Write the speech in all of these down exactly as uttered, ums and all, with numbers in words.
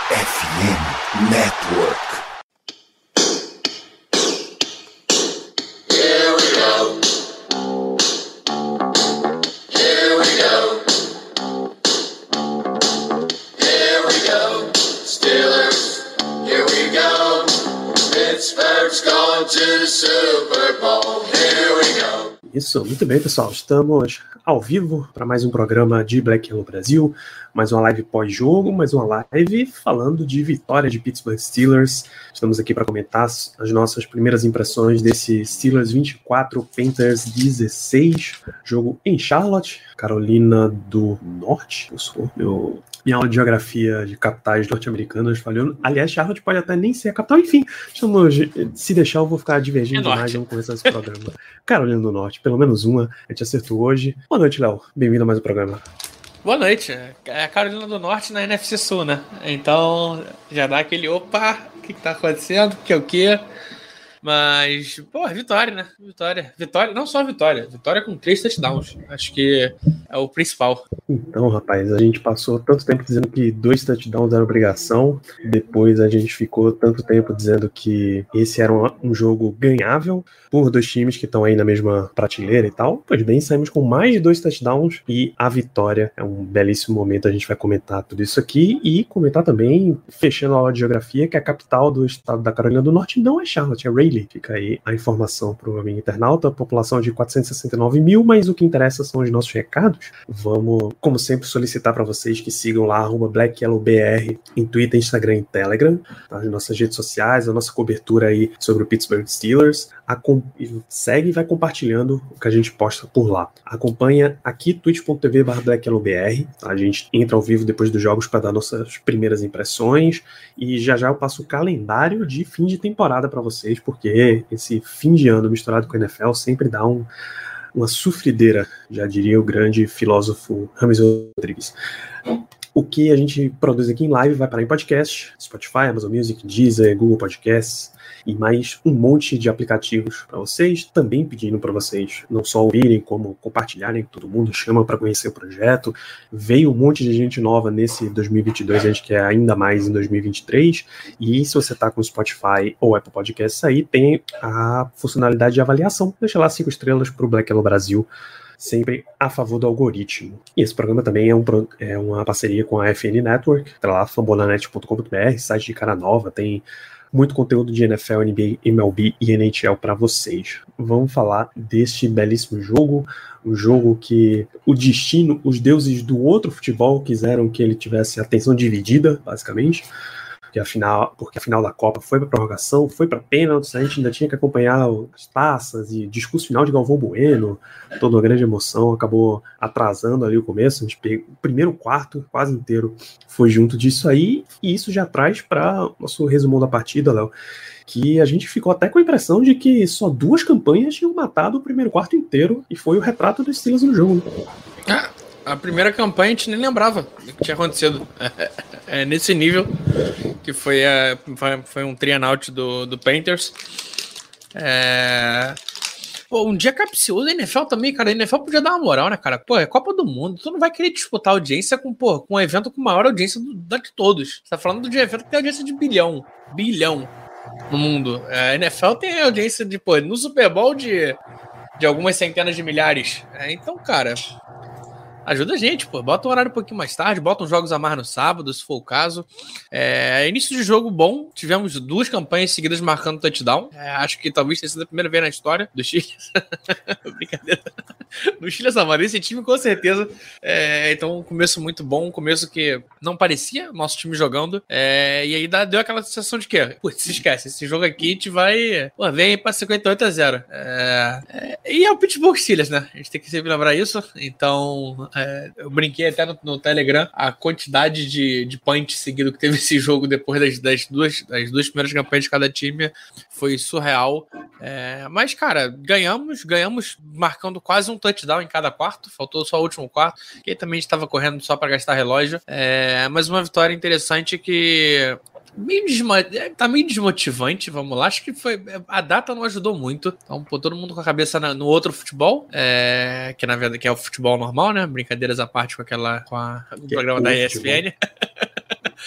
F M Network. Here we go. Here we go. Here we go. Steelers, here we go. Pittsburgh's going to the Super Bowl. Here we go. Isso, muito bem, pessoal. Estamos ao vivo para mais um programa de Black Yellow Brasil, mais uma live pós-jogo, mais uma live falando de vitória de Pittsburgh Steelers. Estamos aqui para comentar as nossas primeiras impressões desse Steelers vinte e quatro, Panthers dezesseis, jogo em Charlotte, Carolina do Norte. Eu sou meu... Minha aula de geografia de capitais norte-americanas falhou. Aliás, Charlotte pode até nem ser a capital. Enfim, estamos, se deixar eu vou ficar divergindo é demais. Vamos começar esse programa. Carolina do Norte, pelo menos uma. A gente acertou hoje. Boa noite, Léo. Bem-vindo a mais um programa. Boa noite. É a Carolina do Norte na N F C Sul, né? Então, já dá aquele opa, o que, que tá acontecendo? O que é o quê? Mas, pô, vitória, né? Vitória. Vitória, não só vitória. Vitória com três touchdowns. Acho que é o principal. Então, rapaz, a gente passou tanto tempo dizendo que dois touchdowns era obrigação. Depois a gente ficou tanto tempo dizendo que esse era um, um jogo ganhável por dois times que estão aí na mesma prateleira e tal. Pois bem, saímos com mais de dois touchdowns e a vitória é um belíssimo momento. A gente vai comentar tudo isso aqui e comentar também, fechando a aula de geografia, que a capital do estado da Carolina do Norte não é Charlotte, é Raleigh. Fica aí a informação para o amigo internauta. População de quatrocentos e sessenta e nove mil, mas o que interessa são os nossos recados. Vamos, como sempre, solicitar para vocês que sigam lá arroba BlackYellowBR em Twitter, Instagram e Telegram, tá? As nossas redes sociais, a nossa cobertura aí sobre o Pittsburgh Steelers. Acom- segue e vai compartilhando o que a gente posta por lá. Acompanha aqui twitch.tv barra BlackYellowBR. Tá? A gente entra ao vivo depois dos jogos para dar nossas primeiras impressões e já já eu passo o calendário de fim de temporada para vocês, porque esse fim de ano misturado com a N F L sempre dá um, uma sofrideira, já diria o grande filósofo Rames Rodrigues. O que a gente produz aqui em live vai parar em podcast, Spotify, Amazon Music, Deezer, Google Podcasts e mais um monte de aplicativos para vocês, também pedindo para vocês não só ouvirem, como compartilharem com todo mundo, chama para conhecer o projeto. Veio um monte de gente nova nesse dois mil e vinte e dois, a gente quer ainda mais em dois mil e vinte e três, e se você está com Spotify ou Apple Podcasts aí, tem a funcionalidade de avaliação. Deixa lá cinco estrelas para o Black Yellow Brasil, sempre a favor do algoritmo. E esse programa também é, um, é uma parceria com a F N Network, tá lá, fambonanet ponto com ponto b r, site de cara nova, tem muito conteúdo de N F L, N B A, M L B e N H L para vocês. Vamos falar deste belíssimo jogo, um jogo que o destino, os deuses do outro futebol quiseram que ele tivesse atenção dividida, basicamente, porque a final, porque a final da Copa foi para prorrogação, foi para pênaltis, a gente ainda tinha que acompanhar as taças e discurso final de Galvão Bueno, toda uma grande emoção, acabou atrasando ali o começo, a gente pegou, o primeiro quarto quase inteiro foi junto disso aí, e isso já traz para nosso resumão da partida, Léo, que a gente ficou até com a impressão de que só duas campanhas tinham matado o primeiro quarto inteiro, e foi o retrato dos Steelers no jogo. Ah, a primeira campanha a gente nem lembrava do que tinha acontecido. É, é nesse nível que foi, a, foi, foi um three-and-out do, do Panthers. É... Pô, um dia capcioso, a N F L também, cara. A N F L podia dar uma moral, né, cara? Pô, é Copa do Mundo. Tu não vai querer disputar audiência com, pô, com um evento com maior audiência do, da de todos. Você tá falando de um evento que tem audiência de bilhão. Bilhão no mundo. A N F L tem audiência de, pô, no Super Bowl de, de algumas centenas de milhares. É, então, cara, ajuda a gente, pô. Bota um horário um pouquinho mais tarde, bota uns jogos a mais no sábado, se for o caso. É, início de jogo bom. Tivemos duas campanhas seguidas marcando touchdown. É, acho que talvez tenha sido a primeira vez na história do Chile. Brincadeira. No Chile, essa esse time com certeza. É, então, um começo muito bom. Um começo que não parecia nosso time jogando. É, e aí dá, deu aquela sensação de que, putz, se esquece, esse jogo aqui a gente vai. Pô, vem pra cinquenta e oito a zero. É, é, e é o Pittsburgh Steelers, né? A gente tem que sempre lembrar isso. Então, É, eu brinquei até no, no Telegram a quantidade de, de punch seguido que teve esse jogo depois das, das, duas, das duas primeiras campanhas de cada time foi surreal. É, mas, cara, ganhamos, ganhamos marcando quase um touchdown em cada quarto, faltou só o último quarto, que também estava correndo só para gastar relógio. É, mas uma vitória interessante que meio desmo... tá meio desmotivante, vamos lá. Acho que foi. A data não ajudou muito. Então, pô, todo mundo com a cabeça na, no outro futebol, é... que na verdade que é o futebol normal, né? Brincadeiras à parte com aquela. Com a... o programa da E S P N.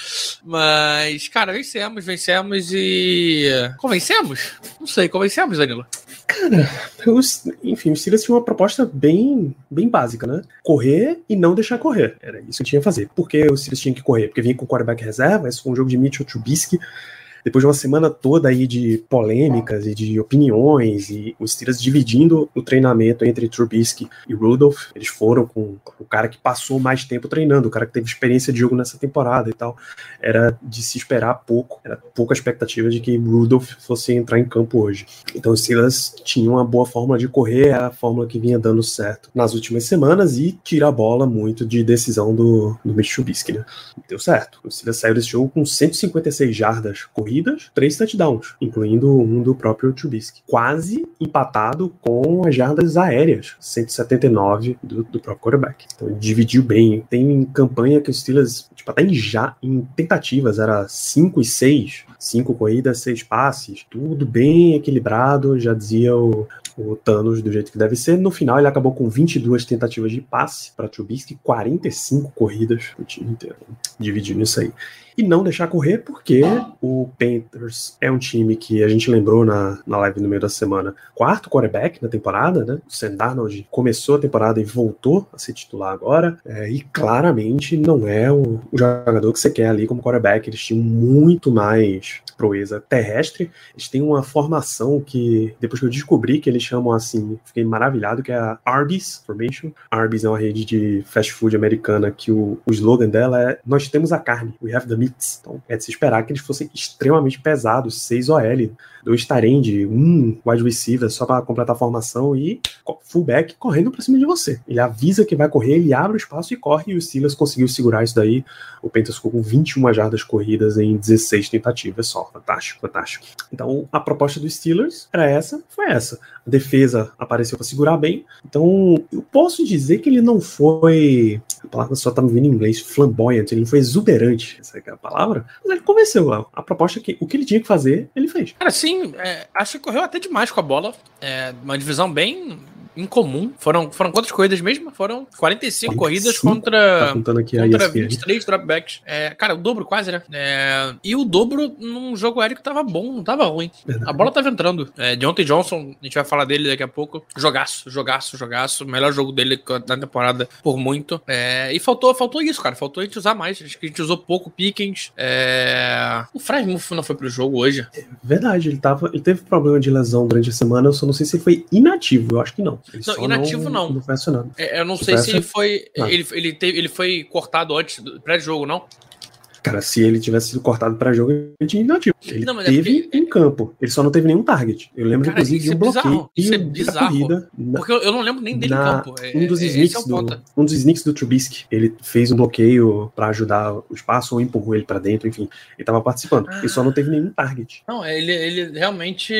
Mas, cara, vencemos, vencemos e... Convencemos? Não sei, convencemos, Danilo? Cara, os, enfim, os Steelers tinham uma proposta bem, bem básica, né? Correr e não deixar correr. Era isso que tinha que fazer. Por que os Steelers tinham que correr? Porque vinha com o quarterback reserva, esse foi um jogo de Mitchell Trubisky. Depois de uma semana toda aí de polêmicas e de opiniões, e os Steelers dividindo o treinamento entre Trubisky e Rudolph, eles foram com o cara que passou mais tempo treinando, o cara que teve experiência de jogo nessa temporada e tal. Era de se esperar pouco, era pouca expectativa de que Rudolph fosse entrar em campo hoje. Então os Steelers tinham uma boa fórmula de correr, a fórmula que vinha dando certo nas últimas semanas, e tira a bola muito de decisão do, do Mitch Trubisky, né? Deu certo. Os Steelers saíram desse jogo com cento e cinquenta e seis jardas corridas, três touchdowns, incluindo um do próprio Trubisky. Quase empatado com as jardas aéreas, cento e setenta e nove do, do próprio quarterback. Então ele dividiu bem. Tem campanha que os Steelers, tipo, até em, já, em tentativas, era cinco e seis, cinco corridas, seis passes, tudo bem equilibrado, já dizia o, o Thanos do jeito que deve ser. No final ele acabou com vinte e duas tentativas de passe para Trubisky, quarenta e cinco corridas o time inteiro, dividindo isso aí. E não deixar correr porque o Panthers é um time que a gente lembrou na, na live no meio da semana, quarto quarterback na temporada, né? O Sam Darnold começou a temporada e voltou a ser titular agora, é, e claramente não é o, o jogador que você quer ali como quarterback. Eles tinham muito mais proeza terrestre, eles têm uma formação que, depois que eu descobri que eles chamam assim, fiquei maravilhado, que é a Arby's Formation. A Arby's é uma rede de fast food americana que o, o slogan dela é: nós temos a carne, we have the meats. Então é de se esperar que eles fossem extremamente pesados, seis O L, dois tight-end, um wide receiver só para completar a formação e fullback correndo pra cima de você. Ele avisa que vai correr, ele abre o espaço e corre, e o Steelers conseguiu segurar isso daí. O Panthers ficou com vinte e uma jardas corridas em dezesseis tentativas só. Fantástico, fantástico. Então a proposta dos Steelers era essa, foi essa. A defesa apareceu para segurar bem. Então eu posso dizer que ele não foi, a palavra só tá me vindo em inglês, flamboyant, ele não foi exuberante, essa é a palavra, mas ele convenceu. A proposta, que o que ele tinha que fazer, ele fez. Cara, sim, é, acho que correu até demais com a bola. É uma divisão bem incomum. Foram, foram quantas corridas mesmo? Foram quarenta e cinco corridas contra, tá contando aqui contra a vinte e três dropbacks. É, cara, o dobro quase, né? É, e o dobro num jogo aéreo que tava bom, não tava ruim. Verdade. A bola tava entrando. É, Deontay Johnson, a gente vai falar dele daqui a pouco. Jogaço, jogaço, jogaço. Melhor jogo dele na temporada por muito. É, e faltou, faltou isso, cara. Faltou a gente usar mais. Acho que a gente usou pouco Pickens. É... O Freiermuth não foi pro jogo hoje. É verdade, ele, tava, ele teve problema de lesão durante a semana. Eu só não sei se ele foi inativo. Eu acho que não. Ele não, inativo não. Não, não foi acionado. É, eu não sei se ele foi. Ele, ele, teve, ele foi cortado antes do pré-jogo, não? Cara, se ele tivesse sido cortado para jogo, ele tinha inativo. Ele não, teve é porque... em campo. Ele só não teve nenhum target. Eu lembro, cara, inclusive, de um bloqueio isso é bizarro. Corrida. Na, porque eu não lembro nem dele na, em campo. É, um, dos é, sneaks é do, um dos sneaks do Trubisky, ele fez um bloqueio para ajudar o espaço ou empurrou ele para dentro, enfim. Ele tava participando. Ah. Ele só não teve nenhum target. Não, ele, ele realmente...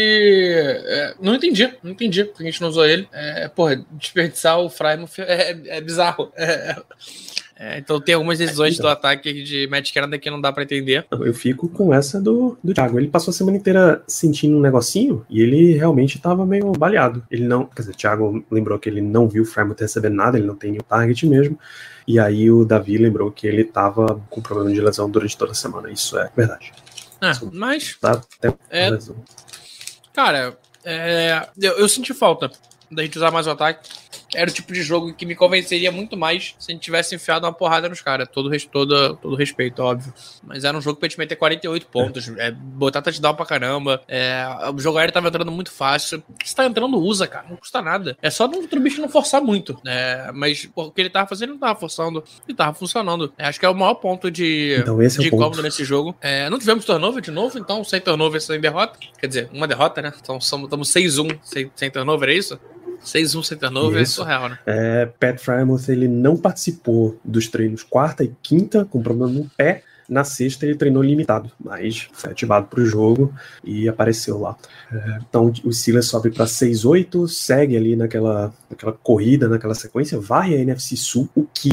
É, não entendi. Não entendi porque a gente não usou ele. É, porra, desperdiçar o Freiermuth é, é bizarro. É... É, então tem algumas decisões é, do ataque de Matt Canada que não dá pra entender. Eu fico com essa do, do Thiago. Ele passou a semana inteira sentindo um negocinho e ele realmente tava meio baleado. Ele não, quer dizer, o Thiago lembrou que ele não viu o Freiermuth recebendo nada, ele não tem nenhum target mesmo. E aí o Davi lembrou que ele tava com problema de lesão durante toda a semana. Isso é verdade. É, Isso mas... Tá até é, lesão. Cara, é, eu, eu senti falta da gente usar mais o ataque. Era o tipo de jogo que me convenceria muito mais se a gente tivesse enfiado uma porrada nos caras. Todo, todo, todo respeito, óbvio. Mas era um jogo pra gente meter quarenta e oito pontos. É. É, botar touchdown pra caramba. É, o jogo aéreo tava entrando muito fácil. Se tá entrando, usa, cara. Não custa nada. É só o bicho não forçar muito. É, mas pô, o que ele tava fazendo, ele não tava forçando. Ele tava funcionando. É, acho que é o maior ponto de, então, esse de é incômodo nesse jogo. É, não tivemos turnover de novo, então sem turnover, sem derrota. Quer dizer, uma derrota, né? Então estamos seis a um sem, sem turnover, é isso? seis a um sem turnover é surreal, né? É, Pat Freiermuth, ele não participou dos treinos quarta e quinta, com problema no pé. Na sexta ele treinou limitado, mas foi ativado para o jogo e apareceu lá. É, então o Steelers sobe para seis a oito, segue ali naquela, naquela corrida, naquela sequência, varre a N F C Sul, o que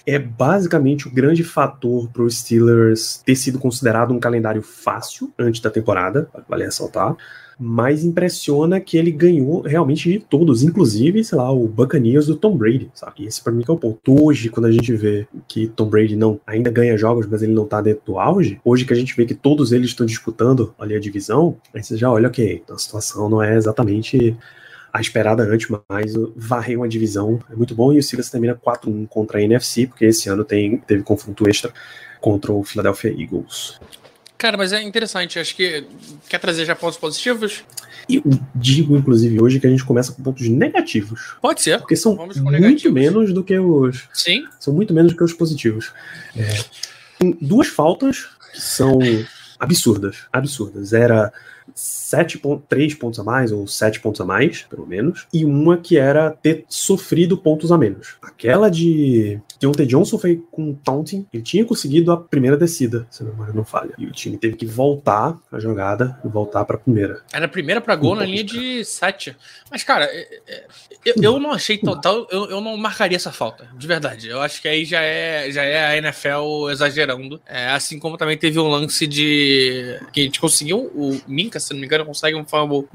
é basicamente o grande fator para os Steelers ter sido considerado um calendário fácil antes da temporada, vale ressaltar. Mas impressiona que ele ganhou realmente de todos, inclusive, sei lá, o Buccaneers do Tom Brady, sabe? Esse pra mim que é o ponto. Hoje, quando a gente vê que Tom Brady não, ainda ganha jogos, mas ele não tá dentro do auge, hoje que a gente vê que todos eles estão disputando ali a divisão, aí você já olha, ok, a situação não é exatamente a esperada antes, mas varrer uma divisão é muito bom, e o Steelers termina quatro a um contra a N F C, porque esse ano tem, teve confronto extra contra o Philadelphia Eagles. Cara, mas é interessante, acho que quer trazer já pontos positivos? E eu digo, inclusive, hoje que a gente começa com pontos negativos. Pode ser. Porque são Vamos com muito negativos. menos do que os... Sim. São muito menos do que os positivos. É, tem duas faltas que são absurdas. Absurdas. Era sete, três pontos a mais, ou sete pontos a mais, pelo menos. E uma que era ter sofrido pontos a menos. Aquela de... Deontay Johnson foi com taunting, ele tinha conseguido a primeira descida, se a memória não falha. E o time teve que voltar a jogada e voltar pra primeira. Era a primeira pra gol Não na linha de sete. Mas, cara, eu, eu não achei total. Eu, eu não marcaria essa falta, de verdade. Eu acho que aí já é, já é a N F L exagerando. É, assim como também teve um lance de. Que a gente conseguiu. O Minka, se não me engano, consegue um fumble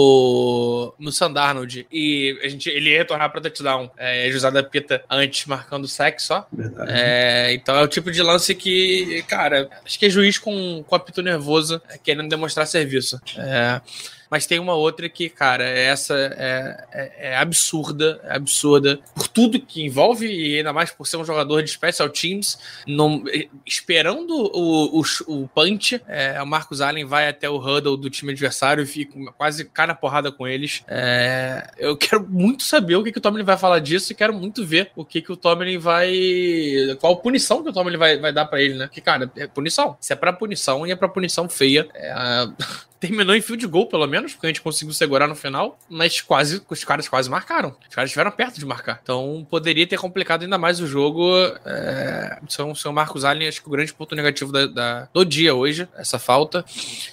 no. No Sam Darnold. E a gente, ele ia retornar pra touchdown. É, José da Pita antes marcando o sack só. É, então é o tipo de lance que, cara, acho que é juiz com, com apito nervoso, é, querendo demonstrar serviço. É, mas tem uma outra que, cara, essa é, é, é absurda, é absurda por tudo que envolve, e ainda mais por ser um jogador de special teams, não, esperando o, o, o punch, é, o Marcus Allen vai até o huddle do time adversário e fica quase cai na porrada com eles. É, eu quero muito saber o que, que o Tomlin vai falar disso e quero muito ver o que, que o Tomlin vai... qual punição que o Tomlin vai, vai dar pra ele, né? Porque, cara, é punição. Se é pra punição, e é pra punição feia. É... Terminou em field goal, pelo menos, porque a gente conseguiu segurar no final, mas quase, os caras quase marcaram. Os caras estiveram perto de marcar. Então, poderia ter complicado ainda mais o jogo. É... São, são Marcus Allen, acho que o grande ponto negativo da, da, do dia hoje, essa falta.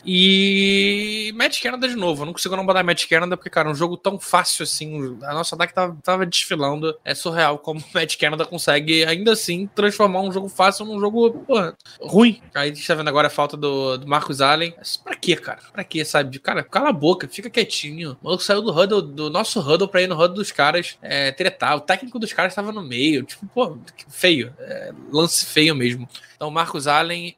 E Matt Canada de novo. Eu não consigo não botar Matt Canada, porque, cara, um jogo tão fácil assim, a nossa ataque tava, tava desfilando. É surreal como o Matt Canada consegue, ainda assim, transformar um jogo fácil num jogo, porra, ruim. Aí a gente tá vendo agora a falta do, do Marcus Allen. Mas pra quê, cara? Pra quê, sabe? Cara, cala a boca, fica quietinho. O maluco saiu do huddle, do nosso huddle pra ir no huddle dos caras é, tretar. O técnico dos caras tava no meio. Tipo, pô, feio. É, lance feio mesmo. Então, Marcus Allen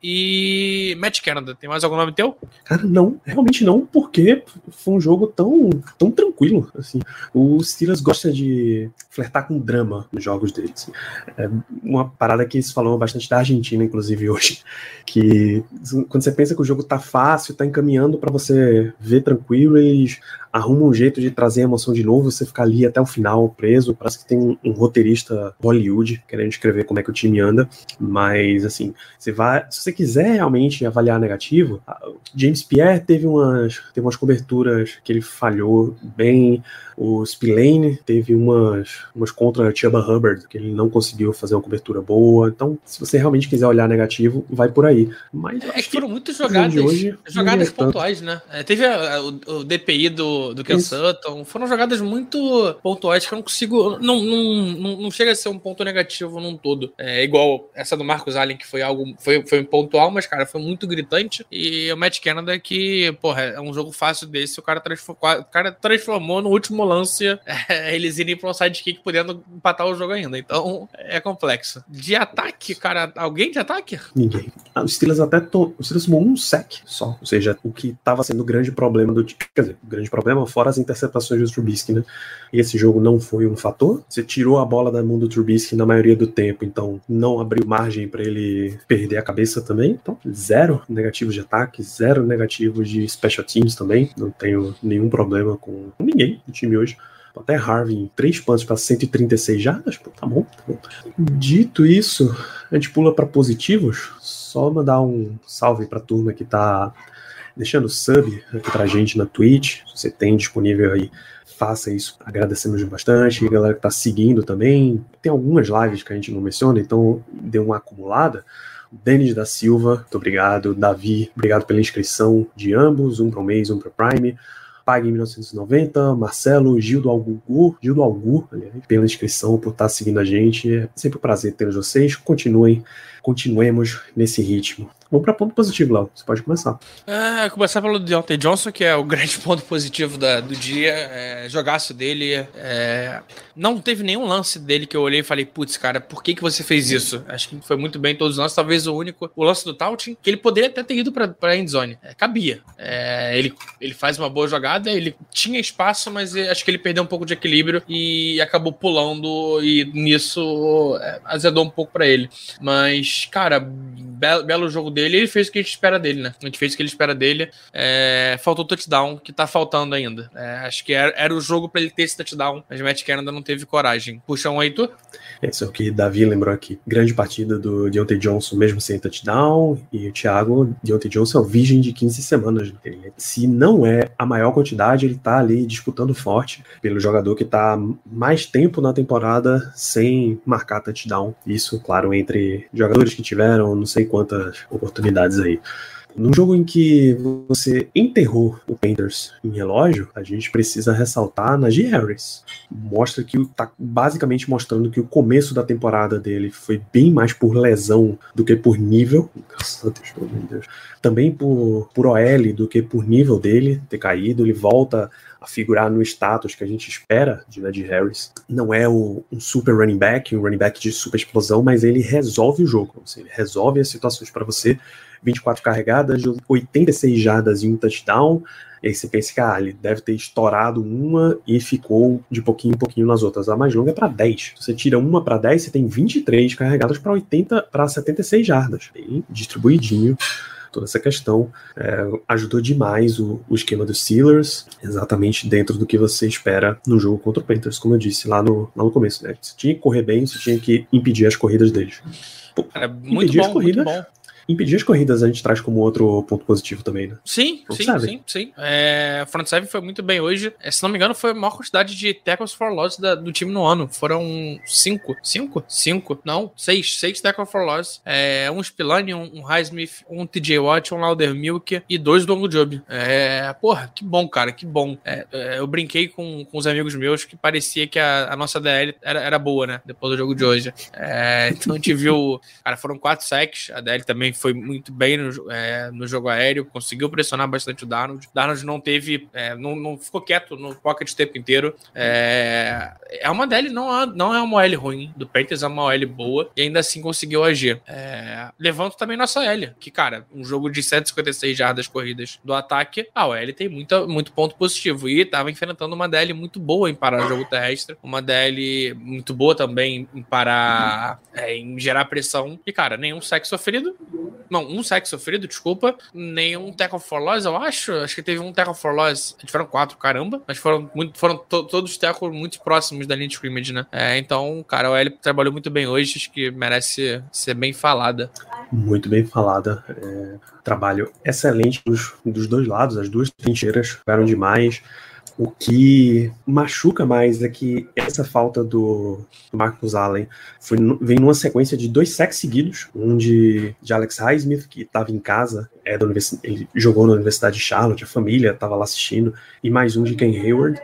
e Matt Canada. Tem mais algum nome teu? Cara, não. Realmente não, porque foi um jogo tão, tão tranquilo. Assim. O Steelers gosta de flertar com drama nos jogos deles. É uma parada que eles falam bastante da Argentina, inclusive, hoje. Que quando você pensa que o jogo tá fácil, tá encaminhando pra você ver tranquilo, eles arrumam um jeito de trazer a emoção de novo, você ficar ali até o final preso. Parece que tem um, um roteirista Hollywood querendo escrever como é que o time anda. Mas, assim, você vai, se você quiser realmente avaliar negativo, James Pierre teve umas, teve umas coberturas que ele falhou bem. O Spillane teve umas, umas contra a Chuba Hubbard, que ele não conseguiu fazer uma cobertura boa. Então, se você realmente quiser olhar negativo, vai por aí. Mas é que foram muitas jogadas, hoje, jogadas pontuais, né? É, teve a, a, o, o D P I do, do Ken Sutton. Foram jogadas muito pontuais que eu não consigo... Não, não, não, não chega a ser um ponto negativo num todo. É igual essa do Marcus Allen, que foi algo... Foi, foi pontual, mas, cara, foi muito gritante. E o Matt Canada, que, porra, é um jogo fácil desse. O cara transformou, o cara transformou no último lance é, eles irem pra um sidekick podendo empatar o jogo ainda. Então, é complexo. De ataque, cara, alguém de ataque? Ninguém. Ah, o Steelers até to... o Steelers tomou um sec só. Ou seja, o que estava sendo o grande problema do time. Quer dizer, o grande problema fora as interceptações do Trubisky, né? E esse jogo não foi um fator. Você tirou a bola da mão do Trubisky na maioria do tempo, então não abriu margem para ele perder a cabeça também. Então, zero negativos de ataque, zero negativos de special teams também. Não tenho nenhum problema com ninguém no time hoje. Até Harvey, três punts para cento e trinta e seis jardas, pô, tá bom, tá bom. Dito isso, a gente pula para positivos. Só mandar um salve para a turma que tá deixando sub aqui pra gente na Twitch. Se você tem disponível aí, faça isso. Agradecemos bastante. A galera que tá seguindo também. Tem algumas lives que a gente não menciona, então deu uma acumulada. Denis da Silva, muito obrigado. Davi, obrigado pela inscrição de ambos, um para o mês, um para o Prime. Pague em mil novecentos e noventa, Marcelo, Gildo Algur, Gildo Algur, aliás, pela inscrição, por estar seguindo a gente. É sempre um prazer ter vocês. Continuem, continuemos nesse ritmo. Vamos para ponto positivo, Léo. Você pode começar. É, começar pelo Deontay Johnson, que é o grande ponto positivo da, do dia. É, jogaço dele. É, não teve nenhum lance dele que eu olhei e falei, putz, cara, por que, que você fez isso? Acho que foi muito bem em todos os lances. Talvez o único, o lance do Taunting, que ele poderia até ter ido pra, pra endzone. É, cabia. É, ele, ele faz uma boa jogada, ele tinha espaço, mas acho que ele perdeu um pouco de equilíbrio e acabou pulando, e nisso é, azedou um pouco pra ele. Mas, cara, belo, belo jogo dele. Ele fez o que a gente espera dele, né? A gente fez o que ele espera dele. É, faltou o touchdown, que tá faltando ainda. É, acho que era, era o jogo pra ele ter esse touchdown, mas o Matt Canada não teve coragem. Puxa um aí, tu? Esse é o que Davi lembrou aqui. Grande partida do Deontay Johnson, mesmo sem touchdown. E o Thiago, Deontay Johnson é o virgem de quinze semanas. Ele, se não é a maior quantidade, ele tá ali disputando forte pelo jogador que tá mais tempo na temporada sem marcar touchdown. Isso, claro, entre jogadores que tiveram não sei quantas oportunidades aí. Num jogo em que você enterrou o Panthers em relógio, a gente precisa ressaltar Najee Harris. Mostra que tá basicamente mostrando que o começo da temporada dele foi bem mais por lesão do que por nível. Graças a Deus, meu Deus. Também por, por O L do que por nível dele ter caído. Ele volta a figurar no status que a gente espera de Najee Harris. Não é o, um super running back, um running back de super explosão, mas ele resolve o jogo. Assim, ele resolve as situações para você. vinte e quatro carregadas, oitenta e seis jardas e um touchdown. E aí você pensa que ah, ele deve ter estourado uma e ficou de pouquinho em pouquinho nas outras. A mais longa é para dez. Você tira uma para dez, você tem vinte e três carregadas para oitenta, para setenta e seis jardas. Bem distribuidinho. Toda essa questão é, ajudou demais o, o esquema dos Steelers, exatamente dentro do que você espera no jogo contra o Panthers, como eu disse lá no, lá no começo, né? Você tinha que correr bem, você tinha que impedir as corridas deles. Pô, é muito bom, as corridas, muito bom. Impedir as corridas a gente traz como outro ponto positivo também, né? Sim, sim, sim, sim, sim. É, o front seven foi muito bem hoje. É, se não me engano, foi a maior quantidade de tackles for loss da, do time no ano. Foram cinco. Cinco? Cinco? Não, seis. Seis tackles for loss. É, um Spillane, um, um Highsmith, um T J Watt, um Laudermilk e dois do Job. É, porra, que bom, cara, que bom. É, é, eu brinquei com, com os amigos meus que parecia que a, a nossa D L era, era boa, né? Depois do jogo de hoje. É, então a gente viu... Cara, foram quatro sacks. A D L também foi muito bem no, é, no jogo aéreo, conseguiu pressionar bastante o Darnold. Darnold não teve, é, não, não ficou quieto no pocket o tempo inteiro. É, é uma D L, não é, não é uma O L ruim do Panthers, é uma O L boa e ainda assim conseguiu agir. É, levanto também nossa L, que, cara, um jogo de cento e cinquenta e seis jardas corridas do ataque, a O L tem muita, muito ponto positivo e tava enfrentando uma D L muito boa em parar o jogo terrestre, uma D L muito boa também em parar, é, em gerar pressão e, cara, nenhum sack sofrido. Não, um sack sofrido, desculpa. Nenhum tackle for loss, eu acho. Acho que teve um tackle for loss. Foram quatro, caramba. Mas foram, muito, foram to, todos os tackles muito próximos da linha de scrimmage, né? É, então, cara, o L trabalhou muito bem hoje. Acho que merece ser bem falada. Muito bem falada. É, trabalho excelente dos, dos dois lados. As duas trincheiras jogaram demais. O que machuca mais é que essa falta do, do Marcus Allen foi, vem numa sequência de dois sacks seguidos, um de, de Alex Highsmith, que estava em casa, é da ele jogou na Universidade de Charlotte, a família estava lá assistindo, e mais um de Ken Hayward.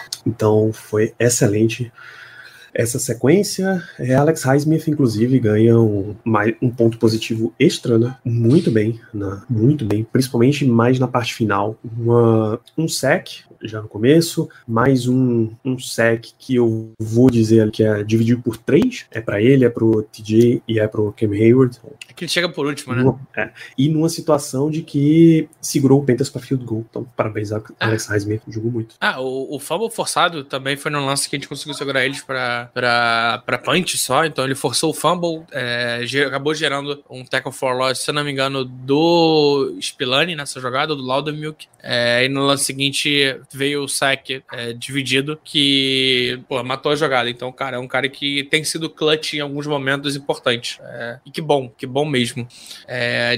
Então foi excelente essa sequência. É, Alex Highsmith, inclusive, ganha um, um ponto positivo extra, né? Muito bem, né? Muito bem, principalmente mais na parte final. Uma, um sack já no começo, mais um, um sack que eu vou dizer que é dividido por três, é para ele, é pro T J e é pro Cam Hayward. É que ele chega por último, né? Numa, é, e numa situação de que segurou o Panthers para field goal. Então, parabéns a Alex Highsmith, jogou muito. Ah, o, o fumble forçado também foi no lance que a gente conseguiu segurar eles para para para punch só, então ele forçou o fumble, é, ger, acabou gerando um tackle for loss, se eu não me engano, do Spillane nessa jogada, do Laudermilk, é, e no lance seguinte veio o sack é, dividido, que pô, matou a jogada. Então, cara, é um cara que tem sido clutch em alguns momentos importantes. É, e que bom, que bom mesmo. É,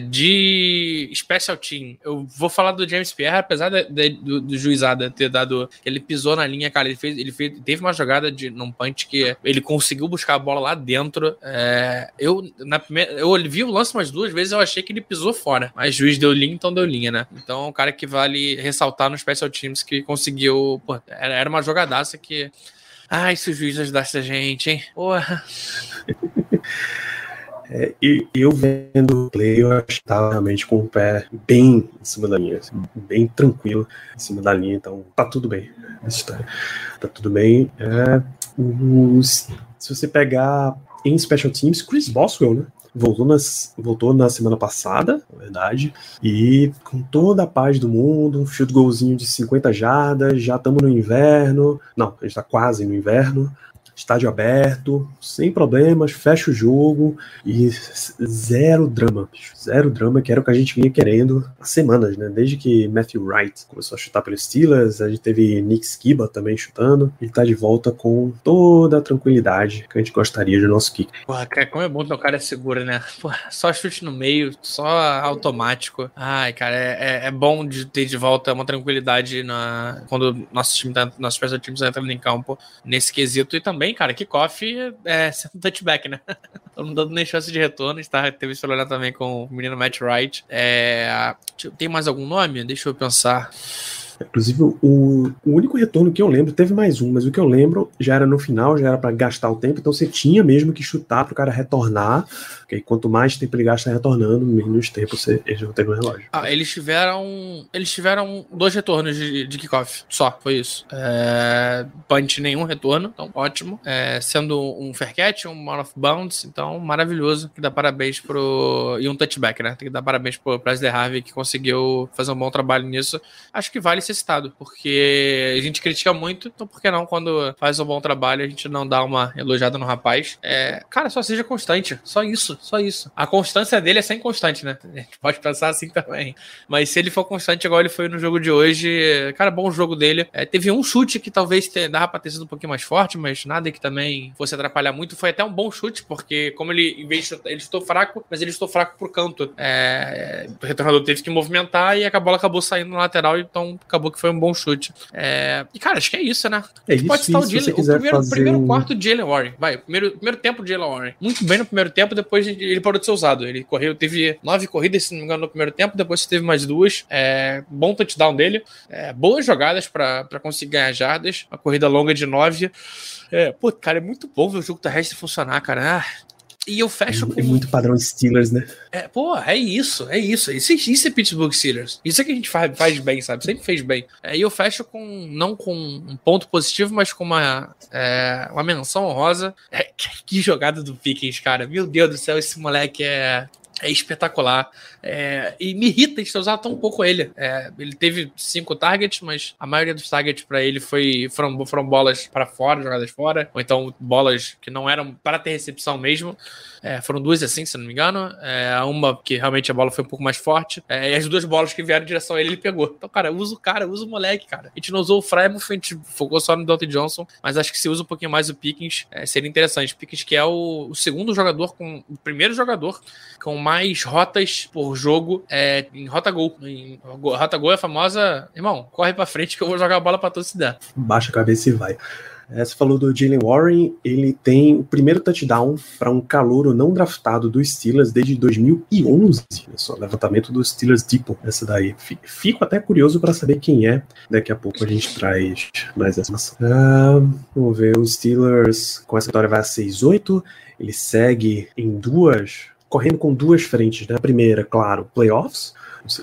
de Special Team, eu vou falar do James Pierre, apesar de, de, do, do juizada ter dado... Ele pisou na linha, cara, ele fez, ele fez, teve uma jogada de num punch que ele conseguiu buscar a bola lá dentro. É, eu, na primeira, eu vi o lance umas duas vezes, eu achei que ele pisou fora. Mas o juiz deu linha, então deu linha, né? Então, o cara que vale ressaltar no Special Teams que conseguiu... Pô, era uma jogadaça que... Ai, se o juiz ajudasse a gente, hein? Porra. É, e eu vendo o play, eu acho que tava realmente com o pé bem em cima da linha, assim, bem tranquilo em cima da linha, então tá tudo bem. Tá tudo bem. É, os, se você pegar em Special Teams, Chris Boswell, né? Voltou, nas, voltou na semana passada, na verdade, e com toda a paz do mundo, um field goalzinho de cinquenta jardas, já estamos no inverno, não, a gente tá quase no inverno, estádio aberto, sem problemas, fecha o jogo e zero drama, zero drama, que era o que a gente vinha querendo há semanas, né? Desde que Matthew Wright começou a chutar pelos Steelers, a gente teve Nick Skiba também chutando, e tá de volta com toda a tranquilidade que a gente gostaria do nosso kick. Porra, cara, como é bom que o cara é seguro, né? Porra, só chute no meio, só automático. Ai, cara, é, é, é bom de ter de volta uma tranquilidade na, quando nosso time tá, nossos special teams entrando em campo nesse quesito, e também, cara, kickoff é sendo touchback, né? Não dando nem chance de retorno. Está, teve esse problema também com o menino Matt Wright. É, tem mais algum nome? Deixa eu pensar. Inclusive, o, o único retorno que eu lembro, teve mais um, mas o que eu lembro já era no final, já era para gastar o tempo, então você tinha mesmo que chutar para o cara retornar, porque aí quanto mais tempo ele gasta retornando, menos tempo você, eles vão ter no relógio. Ah, eles tiveram eles tiveram dois retornos de, de kickoff, só, foi isso. É, punch nenhum retorno, então ótimo. É, sendo um fair catch, um out of bounds, então maravilhoso, que dá parabéns pro... e um touchback, né? Tem que dar parabéns pro Presley Harvey, que conseguiu fazer um bom trabalho nisso. Acho que vale ser citado, porque a gente critica muito, então por que não, quando faz um bom trabalho, a gente não dá uma elogiada no rapaz? É, cara, só seja constante, só isso, só isso. A constância dele é sem constante, né? A gente pode pensar assim também, mas se ele for constante igual ele foi no jogo de hoje, cara, bom jogo dele. É, teve um chute que talvez te, dava pra ter sido um pouquinho mais forte, mas nada que também fosse atrapalhar muito. Foi até um bom chute, porque como ele, em vez de chutar, ele estou fraco, mas ele estou fraco pro canto. É, o retornador teve que movimentar e a bola acabou saindo no lateral, então acabou que foi um bom chute. É... E, cara, acho que é isso, né? É isso, pode citar o, se Jalen, você o quiser primeiro, fazer primeiro um... quarto de Jalen Warren. Vai, primeiro, primeiro tempo de Jalen Warren. Muito bem no primeiro tempo, depois ele parou de ser usado. Ele correu, teve nove corridas, se não me engano, no primeiro tempo, depois teve mais duas. É... Bom touchdown dele. É... Boas jogadas pra, pra conseguir ganhar jardas. Uma corrida longa de nove. É... Pô, cara, é muito bom ver o jogo terrestre funcionar, cara. Ah... E eu fecho é, com... É muito padrão Steelers, né? É, pô, é isso, é isso. Isso, isso é Pittsburgh Steelers. Isso é que a gente faz, faz bem, sabe? Sempre fez bem. É, e eu fecho com, não com um ponto positivo, mas com uma, é, uma menção honrosa. É, que jogada do Pickens, cara. Meu Deus do céu, esse moleque é... É espetacular. É, e me irrita de ter usado tão pouco ele. É, ele teve cinco targets, mas a maioria dos targets para ele foi, foram, foram bolas para fora, jogadas fora, ou então bolas que não eram para ter recepção mesmo. É, foram duas assim, se não me engano. É, uma que realmente a bola foi um pouco mais forte. É, e as duas bolas que vieram em direção a ele, ele pegou. Então, cara, usa o cara, usa o moleque, cara. A gente não usou o Frymouth, a gente focou só no Dante Johnson, mas acho que se usa um pouquinho mais o Pickens, é, seria interessante. Pickens que é o, o segundo jogador, com o primeiro jogador com mais rotas por jogo é, em rota gol. Em, rota gol é a famosa, irmão, corre pra frente que eu vou jogar a bola pra todo se der. Baixa a cabeça e vai. É, você falou do Jalen Warren, ele tem o primeiro touchdown para um calouro não draftado dos Steelers desde dois mil e onze. É só levantamento dos Steelers Depot, essa daí. Fico até curioso para saber quem é. Daqui a pouco a gente traz mais essa informação. Ah, vamos ver, os Steelers com essa vitória vai a seis a oito. Ele segue em duas... correndo com duas frentes, né? A primeira, claro, playoffs.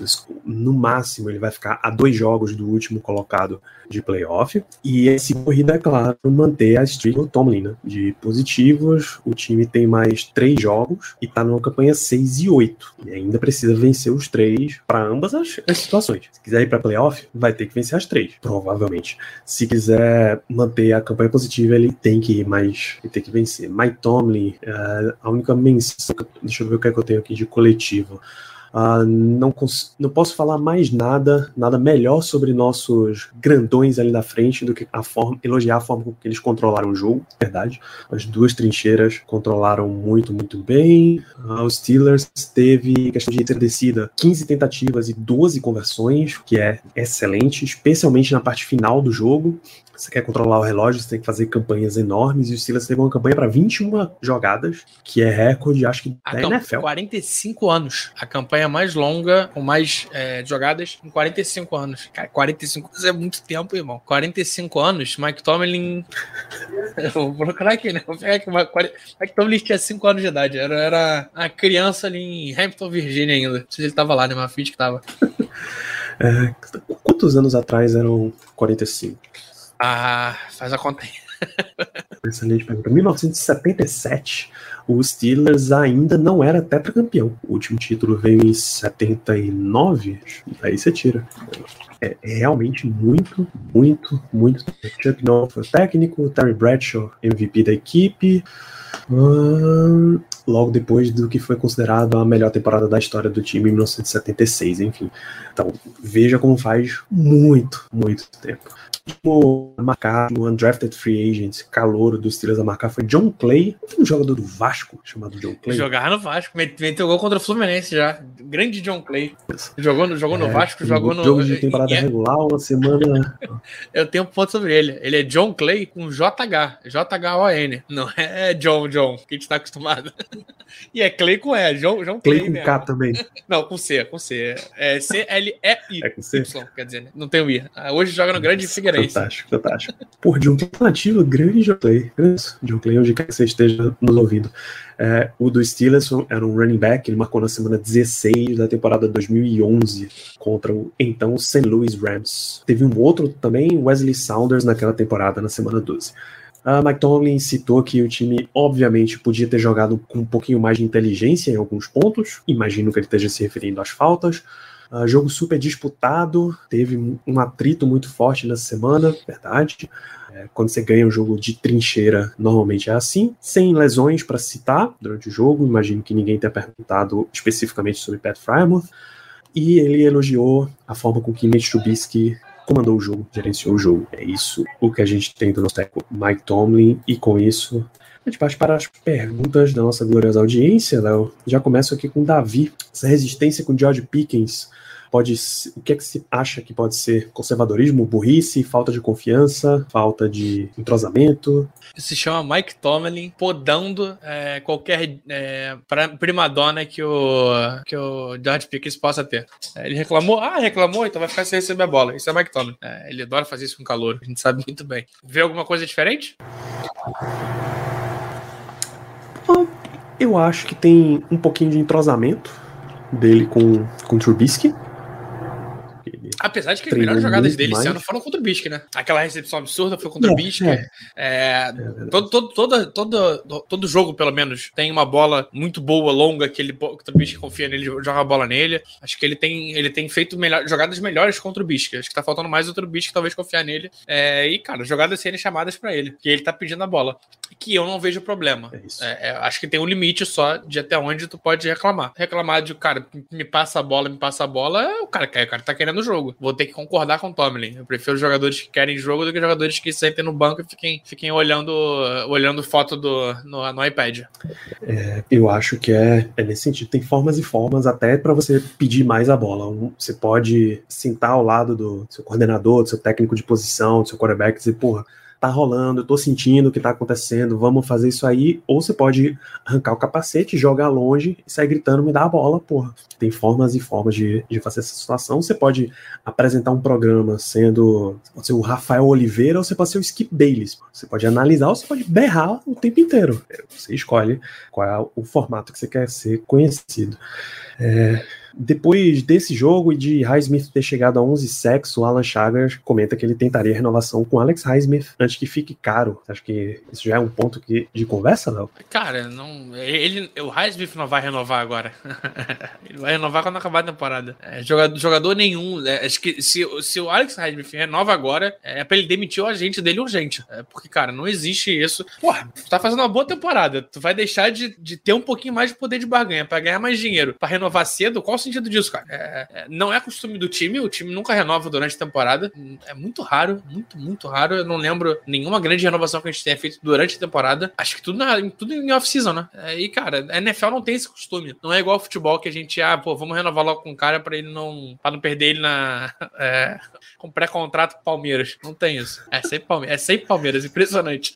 No máximo, ele vai ficar a dois jogos do último colocado de playoff. E esse corrida, é claro, manter a streak do Tomlin, né? De positivos. O time tem mais três jogos e tá numa campanha seis e oito. E ainda precisa vencer os três para ambas as, as situações. Se quiser ir para playoff, vai ter que vencer as três, provavelmente. Se quiser manter a campanha positiva, ele tem que ir mais, ele tem que vencer. Mike Tomlin, uh, a única menção, deixa eu ver o que é que eu tenho aqui de coletivo. Uh, não, cons- não posso falar mais nada, nada melhor sobre nossos grandões ali da frente do que a forma, elogiar a forma com que eles controlaram o jogo, verdade. As duas trincheiras controlaram muito, muito bem. Uh, os Steelers teve questão de ter descida quinze tentativas e doze conversões, que é excelente, especialmente na parte final do jogo. Você quer controlar o relógio, você tem que fazer campanhas enormes, e o Steelers teve uma campanha para vinte e uma jogadas, que é recorde, acho que A da camp- N F L. quarenta e cinco anos. A campanha mais longa, com mais é, jogadas em quarenta e cinco anos. Cara, quarenta e cinco anos é muito tempo, irmão. quarenta e cinco anos, Mike Tomlin... Eu vou procurar aqui, né? Vou pegar aqui. Mike Tomlin tinha cinco anos de idade. Era, era uma criança ali em Hampton, Virgínia ainda. Não sei se ele tava lá, né? Uma filha que tava. É, quantos anos atrás eram quarenta e cinco? Ah, faz a conta aí. Excelente pergunta. mil novecentos e setenta e sete, o Steelers ainda não era tetracampeão. O último título veio em setenta e nove, aí você tira. É realmente muito, muito, muito. Chuck Noll foi o técnico, Terry Bradshaw, M V P da equipe. Hum, logo depois do que foi considerado a melhor temporada da história do time em mil novecentos e setenta e seis, enfim. Então, veja como faz muito, muito tempo. O marcar, o undrafted free agent, calouro dos Steelers a marcar foi John Clay, um jogador do Vasco chamado John Clay. Jogava no Vasco, meteu gol contra o Fluminense já. Grande John Clay. Jogou no, jogou no é, Vasco, jogou no. Jogo de temporada é, regular, uma semana. Eu tenho um ponto sobre ele. Ele é John Clay com J H. J H O N. Não é John, John, que a gente tá acostumado. E é Clay com E. John, John Clay, Clay com mesmo. K também. Não, com C, com C. É C L E I. É com C? Y, quer dizer, né? Não tem o I. Hoje joga no Grande Figueirense. Fantástico, fantástico. Por de um alternativo, grande John Clay. Grande John Clay, onde quer que você esteja nos ouvindo. É, o do Steelers era um running back, ele marcou na semana dezesseis da temporada dois mil e onze contra o então Saint Louis Rams. Teve um outro também, Wesley Saunders, naquela temporada, na semana doze. Uh, Mike Tomlin citou que o time, obviamente, podia ter jogado com um pouquinho mais de inteligência em alguns pontos. Imagino que ele esteja se referindo às faltas. Uh, jogo super disputado, teve um atrito muito forte nessa semana, verdade. É, quando você ganha um jogo de trincheira, normalmente é assim, sem lesões para citar durante o jogo. Imagino que ninguém tenha perguntado especificamente sobre Pat Freiermuth. E ele elogiou a forma com que Mitch Trubisky comandou o jogo, gerenciou o jogo. É isso o que a gente tem do nosso técnico Mike Tomlin, e com isso a gente parte para as perguntas da nossa gloriosa audiência, Léo. Já começo aqui com o Davi. Essa resistência com George Pickens, pode, o que é que você acha que pode ser? Conservadorismo, burrice, falta de confiança, falta de entrosamento? Isso se chama Mike Tomlin podando é, qualquer é, primadona que o, que o George Pickens possa ter. É, ele reclamou, ah, reclamou, então vai ficar sem receber a bola. Isso é Mike Tomlin. É, ele adora fazer isso com calor, a gente sabe muito bem. Vê alguma coisa diferente? Eu acho que tem um pouquinho de entrosamento dele com, com o Trubisky. Apesar de que as melhores jogadas dele mais. esse ano foram contra o Bisque, né? Aquela recepção absurda foi contra é, o Bisque. É. É, todo, todo, todo, todo, todo jogo, pelo menos, tem uma bola muito boa, longa, que, ele, que o Bisque confia nele, joga a bola nele. Acho que ele tem, ele tem feito melhor, jogadas melhores contra o Bisque. Acho que tá faltando mais outro Bisque, talvez, confiar nele. É, e, cara, jogadas serem chamadas pra ele, que ele tá pedindo a bola. Que eu não vejo problema. É isso. É, é, acho que tem um limite só de até onde tu pode reclamar. Reclamar de, cara, me passa a bola, me passa a bola, o cara quer, o cara tá querendo o jogo. Vou ter que concordar com o Tomlin. Eu prefiro jogadores que querem jogo do que jogadores que sentem no banco e fiquem, fiquem olhando, olhando foto do, no, no iPad. É, eu acho que é, é nesse sentido. Tem formas e formas até para você pedir mais a bola. Um, você pode sentar ao lado do seu coordenador, do seu técnico de posição, do seu quarterback e dizer, porra, tá rolando, eu tô sentindo o que tá acontecendo, vamos fazer isso aí. Ou você pode arrancar o capacete, jogar longe e sair gritando, me dá a bola, porra. Tem formas e formas de, de fazer essa situação. Você pode apresentar um programa sendo, pode ser o Rafael Oliveira ou você pode ser o Skip Bayless. Você pode analisar ou você pode berrar o tempo inteiro. Você escolhe qual é o formato que você quer ser conhecido. É... Depois desse jogo e de Highsmith ter chegado a onze sacks, o Alan Chagas comenta que ele tentaria renovação com Alex Highsmith antes que fique caro. Acho que isso já é um ponto que, de conversa, Léo? Cara, não, ele, o Highsmith não vai renovar agora. Ele vai renovar quando acabar a temporada. É, jogador, jogador nenhum. É, acho que se, se o Alex Highsmith renova agora, é pra ele demitir o agente dele urgente. É, porque, cara, não existe isso. Porra, tu tá fazendo uma boa temporada. Tu vai deixar de, de ter um pouquinho mais de poder de barganha pra ganhar mais dinheiro, pra renovar cedo? Qual sentido disso, cara. É, é, não é costume do time, o time nunca renova durante a temporada. É muito raro, muito, muito raro. Eu não lembro nenhuma grande renovação que a gente tenha feito durante a temporada. Acho que tudo, na, tudo em off-season, né? É, e, cara, a N F L não tem esse costume. Não é igual ao futebol que a gente, ah, pô, vamos renovar logo com o cara pra ele não. Pra não perder ele na. É, com pré-contrato com o Palmeiras. Não tem isso. É sempre Palmeiras, é sempre Palmeiras, impressionante.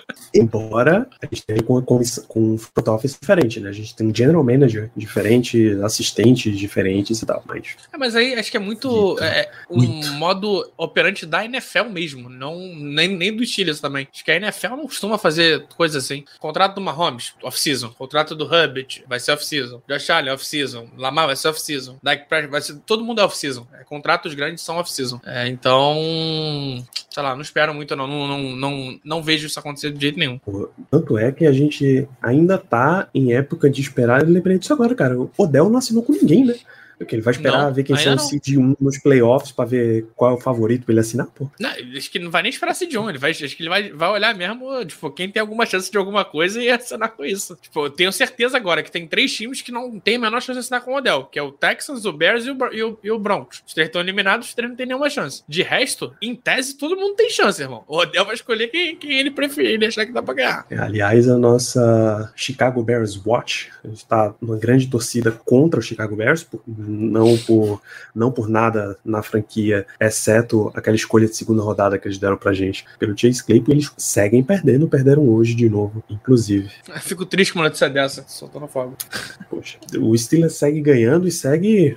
Embora a gente tenha com, com, com um front office diferente, né? A gente tem um general manager diferente, assistentes diferentes e tal, mas... É, mas aí acho que é muito, é, um muito. modo operante da N F L mesmo, não, nem, nem do Steelers também. Acho que a N F L não costuma fazer coisas assim. Contrato do Mahomes, off-season. Contrato do Herbert, vai ser off-season. Josh Allen, off-season. Lamar vai ser off-season. Dak Prescott vai ser... Todo mundo é off-season. É, contratos grandes são off-season. É, então... Sei lá, não espero muito, não. Não, não, não, não vejo isso acontecer de jeito nenhum. Tanto é que a gente ainda tá em época de esperar. Eu lembrei disso agora, cara. O Odell não assinou com ninguém, né? Porque ele vai esperar não, ver quem são o seed um nos playoffs pra ver qual é o favorito pra ele assinar, pô. Não, acho que não vai nem esperar seed um. Ele vai, acho que ele vai, vai olhar mesmo, tipo, quem tem alguma chance de alguma coisa e assinar com isso. Tipo, eu tenho certeza agora que tem três times que não tem a menor chance de assinar com o Odell, que é o Texans, o Bears e o, e o, e o Broncos. Os três estão eliminados, os três não tem nenhuma chance. De resto, em tese, todo mundo tem chance, irmão. O Odell vai escolher quem, quem ele preferir, ele achar que dá pra ganhar. Aliás, a nossa Chicago Bears Watch está numa grande torcida contra o Chicago Bears, por, não por não por nada na franquia, exceto aquela escolha de segunda rodada que eles deram pra gente pelo Chase Claypool. Eles seguem perdendo, perderam hoje de novo, inclusive. Eu fico triste com uma notícia dessa, soltando fogo. Poxa, o Steelers segue ganhando e segue...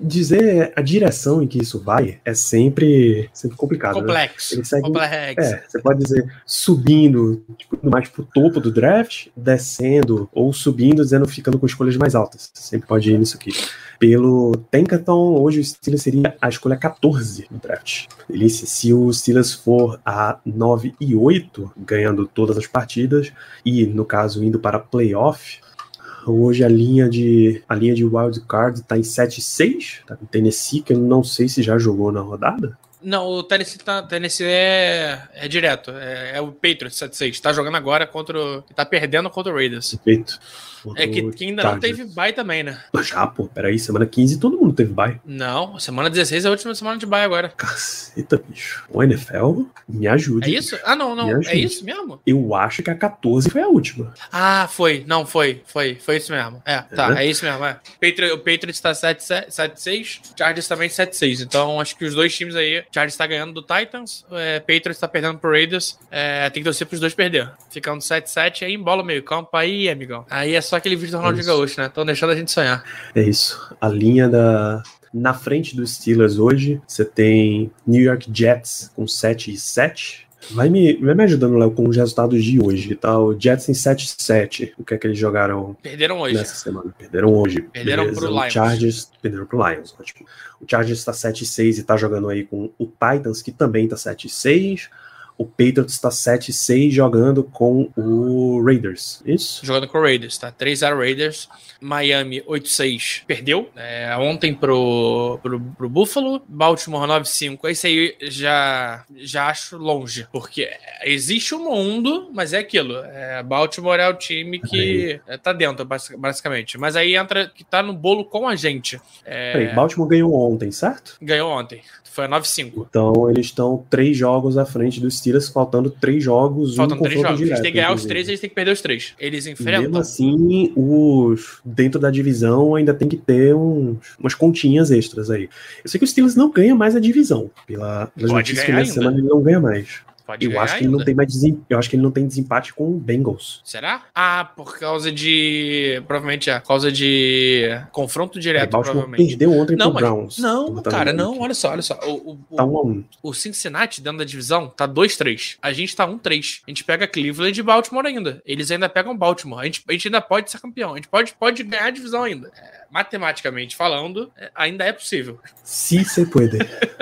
Dizer a direção em que isso vai é sempre, sempre complicado, complexo, né? Ele segue, complexo. É, você pode dizer subindo, tipo, mais pro topo do draft, descendo, ou subindo, dizendo ficando com escolhas mais altas. Você sempre pode ir nisso aqui. Pelo Tankathon, hoje o Steelers seria a escolha catorze no draft. Delícia, se o Steelers for a nove e oito, ganhando todas as partidas, e no caso indo para playoff, hoje a linha de a linha de wild card tá em sete e seis, tá com o Tennessee, que eu não sei se já jogou na rodada. Não, o Tennessee, tá, Tennessee é, é direto, é, é o Patriots sete seis, tá jogando agora contra o, tá perdendo contra o Raiders. Perfeito. É que, que ainda Chargers. Não teve bye também, né? Já, pô, peraí, semana quinze todo mundo teve bye. Não, semana dezesseis é a última semana de bye agora. Caceta, bicho. O N F L, me ajude. É isso? Ah, não, não, é isso mesmo? Eu acho que a catorze foi a última. Ah, foi, não, foi, foi, foi isso mesmo. É, tá, é, é isso mesmo, é. Patri- o Patriots tá sete seis, Chargers também sete seis, então acho que os dois times aí, Chargers tá ganhando do Titans, é, Patriots tá perdendo pro Raiders, é, tem que torcer pros dois perder. Ficando sete sete, aí embola o meio campo, aí, amigão. Aí é só aquele vídeo do Ronaldo Gaúcho, né? Estão deixando a gente sonhar. É isso. A linha da... Na frente dos Steelers hoje, você tem New York Jets com sete e sete. Vai me, vai me ajudando, Léo, com os resultados de hoje, tá? O Jets em sete e sete. O que é que eles jogaram? Perderam hoje. Nessa semana. Perderam hoje. Perderam Beleza. pro o Lions. Chargers, perderam pro Lions, ótimo. O Chargers tá sete e seis e tá jogando aí com o Titans, que também tá sete e seis. O Patriots está sete e seis jogando com o Raiders, isso? Jogando com o Raiders, tá? três a zero Raiders. Miami oito a seis perdeu. É, ontem pro, pro, pro Buffalo. Baltimore nove a cinco. Esse aí já, já acho longe. Porque existe um mundo, mas é aquilo. É, Baltimore é o time que é, tá dentro, basicamente. Mas aí entra que tá no bolo com a gente. É, Peraí, Baltimore ganhou ontem, certo? Ganhou ontem. Foi a nove a cinco. Então eles estão três jogos à frente dos Steelers, faltando três jogos. Faltam um três jogos. Direto, eles têm que ganhar inclusive. os três e eles têm que perder os três. Eles enfrentam. Mesmo assim, os dentro da divisão ainda tem que ter uns, umas continhas extras aí. Eu sei que o Steelers não ganha mais a divisão. Pela, pelas Pode notícias ganhar que nessa ainda. semana ele não ganha mais. Pode Eu ganhar acho que ele ainda. não tem mais desem... Eu acho que ele não tem desempate com o Bengals. Será? Ah, por causa de... Provavelmente é. Por causa de confronto É, direto, Baltimore provavelmente. perdeu ontem Não, pro mas... Browns. Não, Botar cara, no não. link. Olha só, olha só. O, o, Tá um a o, um. o Cincinnati, dentro da divisão, tá dois a três. A gente tá um a três. A gente pega Cleveland e Baltimore ainda. Eles ainda pegam Baltimore. A gente, a gente ainda pode ser campeão. A gente pode, pode ganhar a divisão ainda. É, matematicamente falando, é, ainda é possível. Se se puede.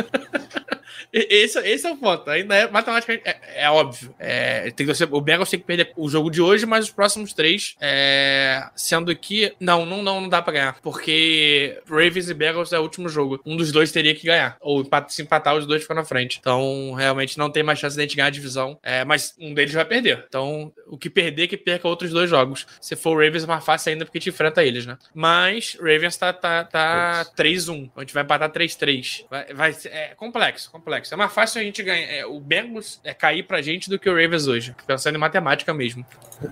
Esse, esse é o ponto. Ainda é matematicamente. É, é óbvio. É, tem que ser, o Bengals tem que perder o jogo de hoje, mas os próximos três. É, sendo que. Não, não, não, não dá pra ganhar. Porque Ravens e Bengals é o último jogo. Um dos dois teria que ganhar. Ou empat, se empatar, os dois ficam na frente. Então, realmente não tem mais chance de a gente ganhar a divisão. É, mas um deles vai perder. Então, o que perder, que perca outros dois jogos. Se for o Ravens, é mais fácil ainda porque te enfrenta eles, né? Mas o Ravens tá, tá, tá três a um. A gente vai empatar três a três. Vai, vai, é complexo, complexo. É mais fácil a gente ganhar. É, o Bengals é cair pra gente do que o Ravens hoje. Pensando em matemática mesmo.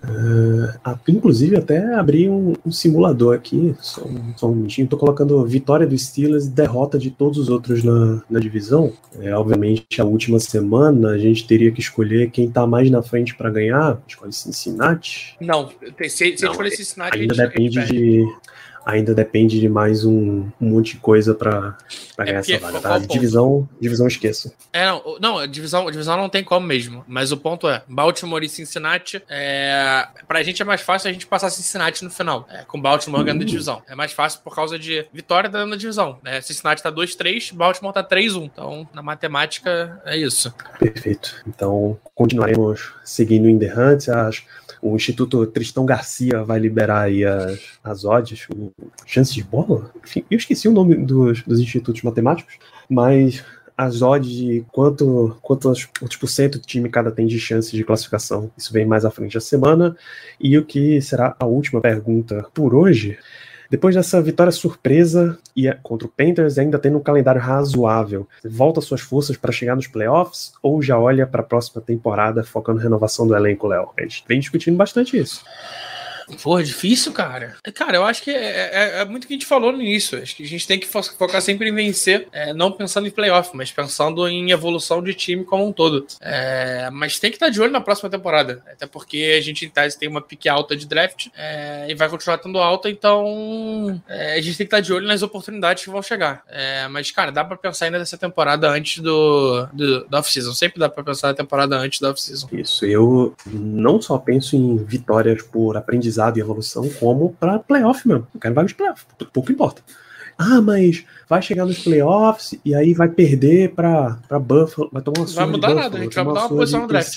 Uh, inclusive, até abri um, um simulador aqui. Só um, só um minutinho. Tô colocando vitória dos Steelers e derrota de todos os outros na, na divisão. É, obviamente, a última semana a gente teria que escolher quem tá mais na frente pra ganhar. Escolhe Cincinnati. Não, se, se Não, escolher Cincinnati, ainda a gente, depende a gente de. Ainda depende de mais um, um monte de coisa pra, pra ganhar porque, essa vaga, qual tá? o Divisão, divisão esqueça. É, não, não a, divisão, a divisão não tem como mesmo. Mas o ponto é, Baltimore e Cincinnati, é, pra gente é mais fácil a gente passar Cincinnati no final, é, com Baltimore ganhando a divisão. É mais fácil por causa de vitória dentro da divisão. Né? Cincinnati tá dois a três, Baltimore tá três a um. Então, na matemática, é isso. Perfeito. Então, continuaremos seguindo em The Hunt. Acho o Instituto Tristão Garcia vai liberar aí as, as odds, o chances de bola? Enfim, eu esqueci o nome dos, dos institutos matemáticos, mas as odds de quanto, quantos, quantos por cento do time cada tem de chance de classificação. Isso vem mais à frente da semana. E o que será a última pergunta por hoje? Depois dessa vitória surpresa e contra o Panthers, ainda tendo um calendário razoável, volta suas forças para chegar nos playoffs ou já olha para a próxima temporada focando na renovação do elenco, Léo? A gente vem discutindo bastante isso. Porra, difícil, cara. Cara, eu acho que é, é, é muito o que a gente falou no início. Acho que a gente tem que fo- focar sempre em vencer, é, não pensando em playoff, mas pensando em evolução de time como um todo. É, mas tem que estar de olho na próxima temporada, até porque a gente em tese tem uma pique alta de draft é, e vai continuar tendo alta, então é, a gente tem que estar de olho nas oportunidades que vão chegar. É, mas, cara, dá pra pensar ainda nessa temporada antes do, do, do off-season. Sempre dá pra pensar na temporada antes da off-season. Isso, eu não só penso em vitórias por aprendizado e evolução, como para playoff mesmo. Eu quero vaga de playoff, pouco importa. Ah, mas vai chegar nos playoffs e aí vai perder para Buffalo, vai tomar uma surra. Vai mudar de nada, Buffalo, a gente vai mudar uma uma posição de, no draft.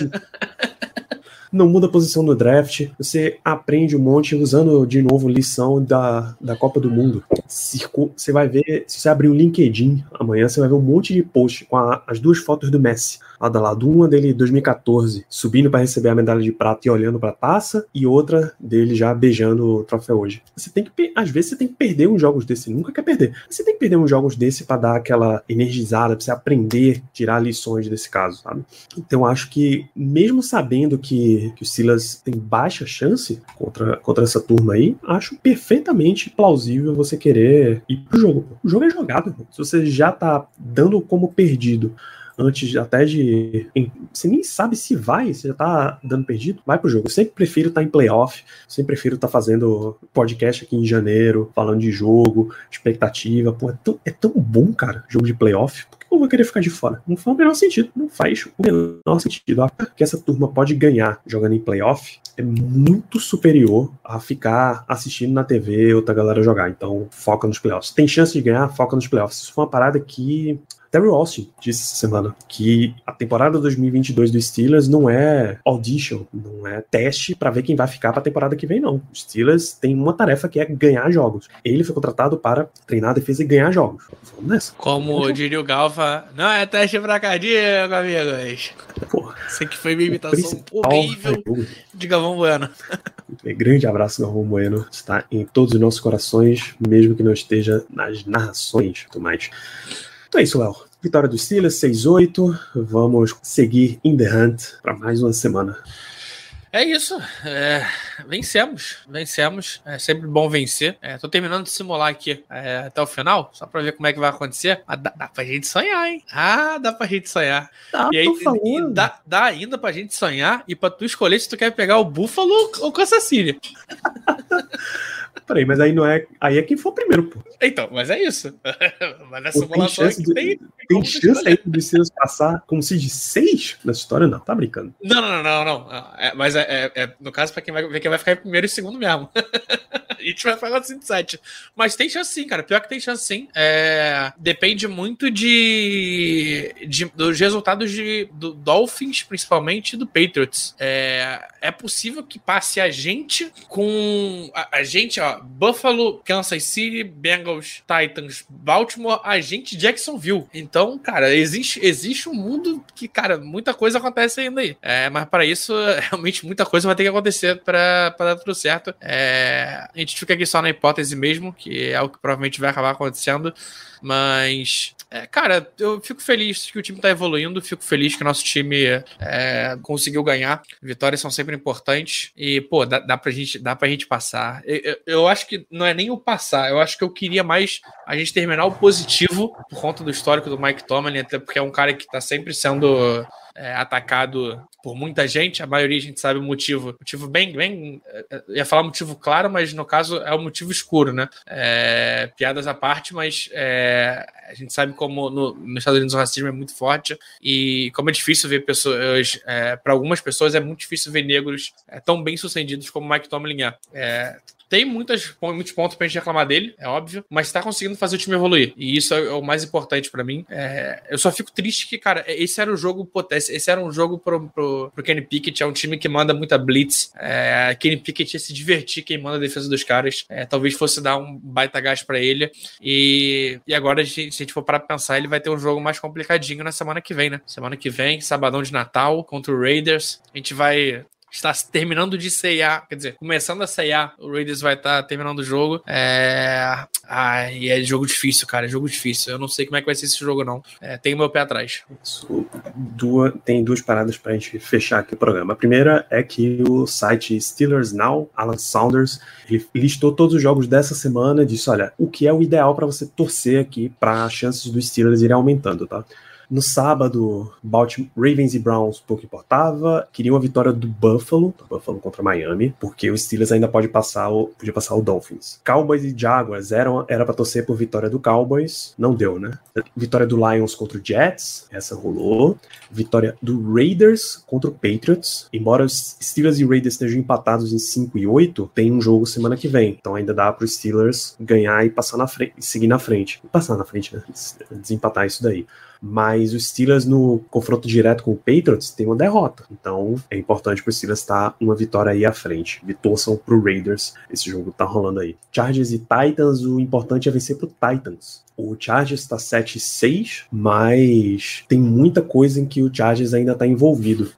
Não muda a posição no draft, você aprende um monte usando de novo lição da, da Copa do Mundo. Circu, você vai ver, se você abrir o LinkedIn amanhã, você vai ver um monte de post com a, as duas fotos do Messi. Lado a lado, uma dele em dois mil e catorze, subindo para receber a medalha de prata e olhando para a taça, e outra dele já beijando o troféu hoje. Você tem que, às vezes você tem que perder uns jogos desse, nunca quer perder. Você tem que perder uns jogos desse para dar aquela energizada, para você aprender, tirar lições desse caso, sabe? Então eu acho que, mesmo sabendo que, que o Steelers tem baixa chance contra, contra essa turma aí, acho perfeitamente plausível você querer ir pro jogo. O jogo é jogado, irmão. Se você já tá dando como perdido antes até de... Você nem sabe se vai, você já tá dando perdido, vai pro jogo. Eu sempre prefiro estar tá em playoff, sempre prefiro estar tá fazendo podcast aqui em janeiro, falando de jogo, expectativa. Pô, é tão, é tão bom, cara, jogo de playoff. Por que eu vou querer ficar de fora? Não faz o menor sentido, não faz o menor sentido. A que essa turma pode ganhar jogando em playoff é muito superior a ficar assistindo na T V outra galera jogar. Então, foca nos playoffs. Tem chance de ganhar, foca nos playoffs. Isso foi uma parada que Terry Austin disse essa semana, que a temporada dois mil e vinte e dois do Steelers não é audition, não é teste pra ver quem vai ficar pra temporada que vem, não. Os Steelers tem uma tarefa que é ganhar jogos. Ele foi contratado para treinar a defesa e ganhar jogos. Vamos nessa. Como diria o Galva, não é teste pra cardíaco, amigos. Porra. Sei que foi minha imitação horrível de Galvão Bueno. Grande abraço, Galvão Bueno. Está em todos os nossos corações, mesmo que não esteja nas narrações e tudo mais. Então é isso, Léo. Vitória do Steelers, seis a oito. Vamos seguir in the hunt para mais uma semana. É isso. É, vencemos. Vencemos. É sempre bom vencer. É, tô terminando de simular aqui é, até o final, só para ver como é que vai acontecer. Mas dá, dá pra gente sonhar, hein? Ah, dá pra gente sonhar. Tá, e aí, e, e dá, dá ainda pra gente sonhar e pra tu escolher se tu quer pegar o Buffalo ou o Kansas City. Peraí, mas aí não é. Aí é quem for primeiro, pô. Então, mas é isso. Mas na Pô, simulação tem chance, de, tem, tem chance aí do Steelers passar como se de seis nessa história? Não, tá brincando. Não, não, não, não. não. É, mas é, é, é, no caso, pra quem vai ver quem vai ficar em primeiro e segundo mesmo. gente vai falar assim de sete. Mas tem chance sim, cara. Pior que tem chance sim. É... Depende muito de... de... dos resultados de... do Dolphins, principalmente, e do Patriots. É... é possível que passe a gente com... A, a gente, ó, Buffalo, Kansas City, Bengals, Titans, Baltimore, a gente Jacksonville. Então, cara, existe, existe um mundo que, cara, muita coisa acontece ainda aí. É, mas para isso, realmente, muita coisa vai ter que acontecer para dar tudo certo. É, a gente fica aqui só na hipótese mesmo, que é o que provavelmente vai acabar acontecendo. Mas, é, cara, eu fico feliz que o time tá evoluindo, fico feliz que o nosso time é, conseguiu ganhar. Vitórias são sempre importantes e, pô, dá, dá, pra, gente, dá pra gente passar. Eu, eu, eu acho que não é nem o passar, eu acho que eu queria mais a gente terminar o positivo por conta do histórico do Mike Tomlin, até porque é um cara que tá sempre sendo... É, atacado por muita gente, a maioria a gente sabe o motivo, motivo bem, bem, ia falar motivo claro, mas no caso é o motivo escuro, né? É, piadas à parte, mas é, a gente sabe como no, nos Estados Unidos o racismo é muito forte e como é difícil ver pessoas, é, para algumas pessoas é muito difícil ver negros é, tão bem sucedidos como o Mike Tomlin é. é Tem muitas, muitos pontos pra gente reclamar dele, é óbvio, mas tá conseguindo fazer o time evoluir. E isso é o mais importante pra mim. É, eu só fico triste que, cara, esse era o jogo potência. Esse era um jogo pro, pro, pro Kenny Pickett. É um time que manda muita blitz. É, Kenny Pickett ia se divertir queimando a defesa dos caras. É, talvez fosse dar um baita gás pra ele. E, e agora, se a gente for parar pra pensar, ele vai ter um jogo mais complicadinho na semana que vem, né? Semana que vem, sabadão de Natal, contra o Raiders. A gente vai... está terminando de ceiar, quer dizer, começando a ceiar, o Raiders vai estar tá terminando o jogo. É... Ah, e é jogo difícil, cara, é jogo difícil. Eu não sei como é que vai ser esse jogo, não. É, tenho meu pé atrás. Isso, duas, tem duas paradas pra gente fechar aqui o programa. A primeira é que o site Steelers Now, Alan Saunders, ele listou todos os jogos dessa semana e disse, olha, o que é o ideal pra você torcer aqui para as chances dos Steelers irem aumentando, tá? No sábado, Baltimore, Ravens e Browns pouco importava, queriam a vitória do Buffalo, do Buffalo contra Miami, porque o Steelers ainda pode passar o, podia passar o Dolphins. Cowboys e Jaguars eram, era para torcer por vitória do Cowboys, não deu, né? Vitória do Lions contra o Jets, essa rolou. Vitória do Raiders contra o Patriots, embora os Steelers e Raiders estejam empatados em cinco e oito, tem um jogo semana que vem, então ainda dá para os Steelers ganhar e passar na frente, seguir na frente, passar na frente, né? Desempatar isso daí. Mas os Steelers no confronto direto com o Patriots tem uma derrota, então é importante para os Steelers estar uma vitória aí à frente. E torçam pro Raiders, esse jogo tá rolando aí. Chargers e Titans, o importante é vencer pro Titans. O Chargers está sete a seis, mas tem muita coisa em que o Chargers ainda está envolvido.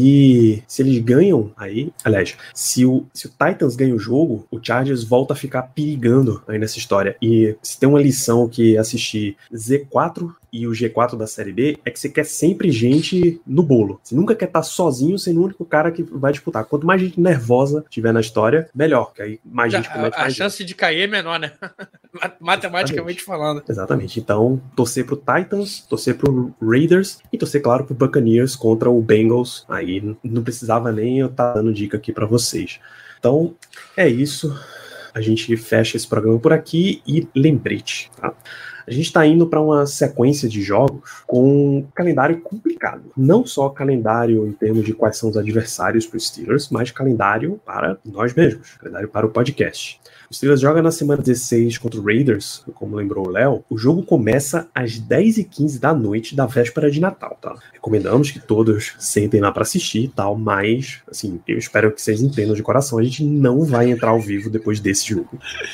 Se, se eles ganham aí, aliás, se o, se o Titans ganha o jogo, o Chargers volta a ficar perigando aí nessa história. E se tem uma lição que assistir Z quatro e o G quatro da Série B, é que você quer sempre gente no bolo. Você nunca quer estar sozinho sendo o único cara que vai disputar. Quanto mais gente nervosa tiver na história, melhor, que aí mais gente comete a, mais a chance gente. de cair é menor, né? Matematicamente falando. Exatamente. Então, torcer pro Titans, torcer pro Raiders e torcer, claro, pro Buccaneers contra o Bengals. Aí não precisava nem eu estar dando dica aqui pra vocês. Então, é isso. A gente fecha esse programa por aqui e lembrete, tá? A gente está indo para uma sequência de jogos com um calendário complicado. Não só calendário em termos de quais são os adversários para os Steelers, mas calendário para nós mesmos, calendário para o podcast. O Steelers joga na semana dezesseis contra o Raiders, como lembrou o Léo. O jogo começa às dez e quinze da noite da véspera de Natal, tá? Recomendamos que todos sentem lá para assistir e tal, mas, assim, eu espero que vocês entendam de coração, a gente não vai entrar ao vivo depois desse jogo.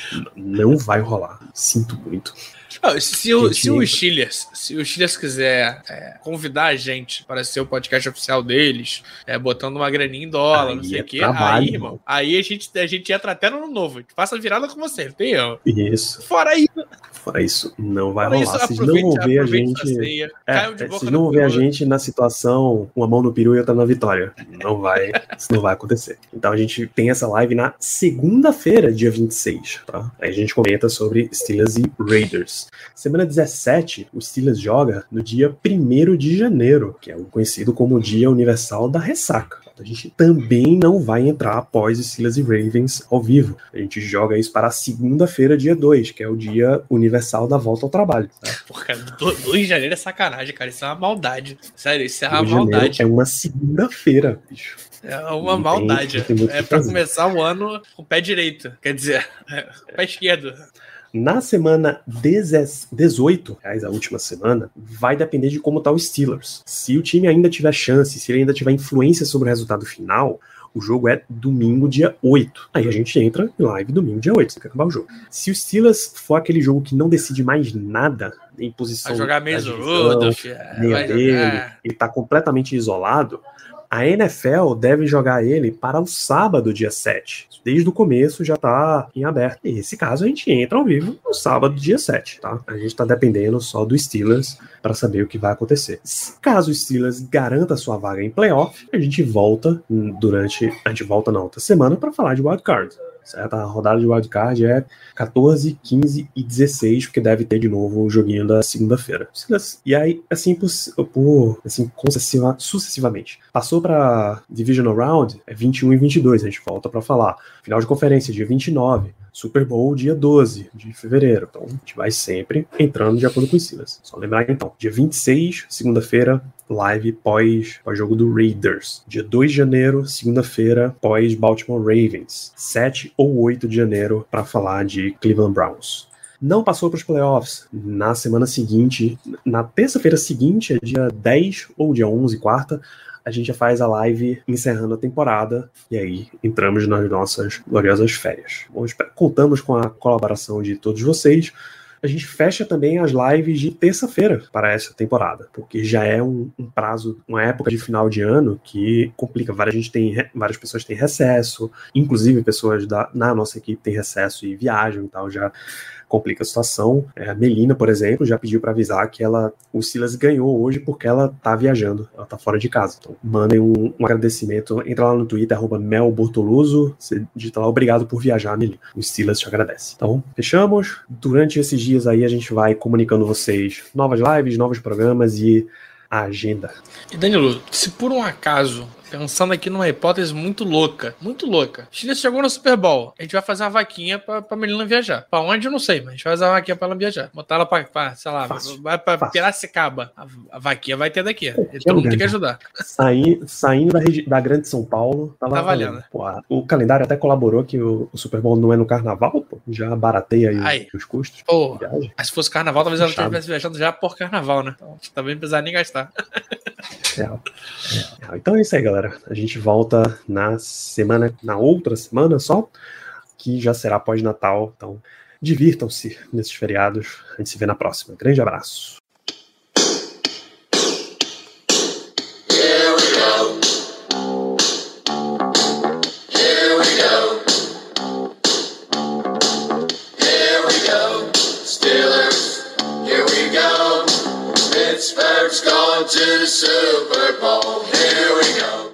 Não vai rolar. Sinto muito. Oh, se, o, se o Steelers, se o Steelers quiser é, convidar a gente para ser o podcast oficial deles, é, botando uma graninha em dólar, aí não sei o é que, aí, irmão, aí a gente, a gente entra até no ano novo. A gente passa a virada com você, não tem erro. Isso. Fora isso. Fora isso, não vai Fora rolar. Isso, vocês não vão ver a gente. Ceia, é, vocês não vão ver a gente na situação, uma mão no peru e outra na vitória. Não vai, isso não vai acontecer. Então a gente tem essa live na segunda-feira, dia vinte e seis, tá? Aí a gente comenta sobre Steelers e Raiders. Semana dezessete, o Steelers joga no dia primeiro de janeiro, que é o conhecido como o Dia Universal da Ressaca. A gente também não vai entrar após os Steelers e Ravens ao vivo. A gente joga isso para a segunda-feira, dia dois, que é o Dia Universal da Volta ao Trabalho. Tá? Porra, dois de janeiro é sacanagem, cara. Isso é uma maldade. Sério, isso é uma maldade. É uma segunda-feira, bicho. É uma maldade. Tem, tem é pra começar o ano com o pé direito. Quer dizer, com o pé esquerdo. Na semana dezoito, aliás, a última semana, vai depender de como tá o Steelers. Se o time ainda tiver chance, se ele ainda tiver influência sobre o resultado final, o jogo é domingo, dia oito. Aí a gente entra em live domingo, dia oito, se quer acabar o jogo. Se o Steelers for aquele jogo que não decide mais nada em posição... Vai jogar meio zurudo, nem a dele, ele tá completamente isolado, a N F L deve jogar ele para o sábado, dia sete. Desde o começo já tá em aberto. E nesse caso a gente entra ao vivo no sábado, dia sete, tá? A gente tá dependendo só do Steelers para saber o que vai acontecer. Caso o Steelers garanta sua vaga em playoff, a gente volta durante... A gente volta na outra semana para falar de wildcard. Certo? A rodada de wildcard é quatorze, quinze e dezesseis, porque deve ter de novo o joguinho da segunda-feira. E aí, assim, por, por assim sucessiva, sucessivamente. Passou para Divisional Round, é vinte e um e vinte e dois, a gente volta para falar. Final de conferência, dia vinte e nove. Super Bowl, dia doze de fevereiro. Então, a gente vai sempre entrando de acordo com os Steelers. Só lembrar, então, dia vinte e seis, segunda-feira, live pós, pós jogo do Raiders. Dia dois de janeiro, segunda-feira, pós Baltimore Ravens. sete ou oito de janeiro, para falar de Cleveland Browns. Não passou para os playoffs. Na semana seguinte, na terça-feira seguinte, é dia dez ou dia onze, quarta, a gente já faz a live encerrando a temporada e aí entramos nas nossas gloriosas férias. Bom, contamos com a colaboração de todos vocês. A gente fecha também as lives de terça-feira para essa temporada, porque já é um, um prazo, uma época de final de ano que complica. Várias, a gente tem, várias pessoas têm recesso, inclusive pessoas da, na nossa equipe têm recesso e viajam e tal, já complica a situação. É, a Melina, por exemplo, já pediu para avisar que ela, o Silas ganhou hoje porque ela tá viajando, ela tá fora de casa. Então, mandem um, um agradecimento, entra lá no Twitter, arroba Mel Bortoluso, você digita lá, obrigado por viajar, Melina. O Silas te agradece. Então, fechamos. Durante esses dias aí, a gente vai comunicando vocês novas lives, novos programas e a agenda. E Danilo, se por um acaso, pensando aqui numa hipótese muito louca, muito louca, Chile chegou no Super Bowl, a gente vai fazer uma vaquinha pra, pra Melina viajar. Pra onde eu não sei, mas a gente vai fazer uma vaquinha pra ela viajar. Botar ela pra, pra sei lá, fácil, vai pra fácil. Piracicaba. A, a vaquinha vai ter daqui. É, todo mundo tem que ajudar. Saí, saindo da, da Grande São Paulo, tava tá valendo. Pô, o calendário até colaborou que o, o Super Bowl não é no carnaval, pô, já barateia aí, aí. os custos. Pô, mas se fosse carnaval, talvez ela estivesse viajando já por carnaval, né? Então, também não precisar nem gastar. Real. Real. Então é isso aí, galera. A gente volta na semana, na outra semana só, que já será pós-Natal. Então, divirtam-se nesses feriados. A gente se vê na próxima. Grande abraço. Here we go. Here we go. Here we go. Steelers, here we go. Pittsburgh's going to the Super Bowl. Here we go.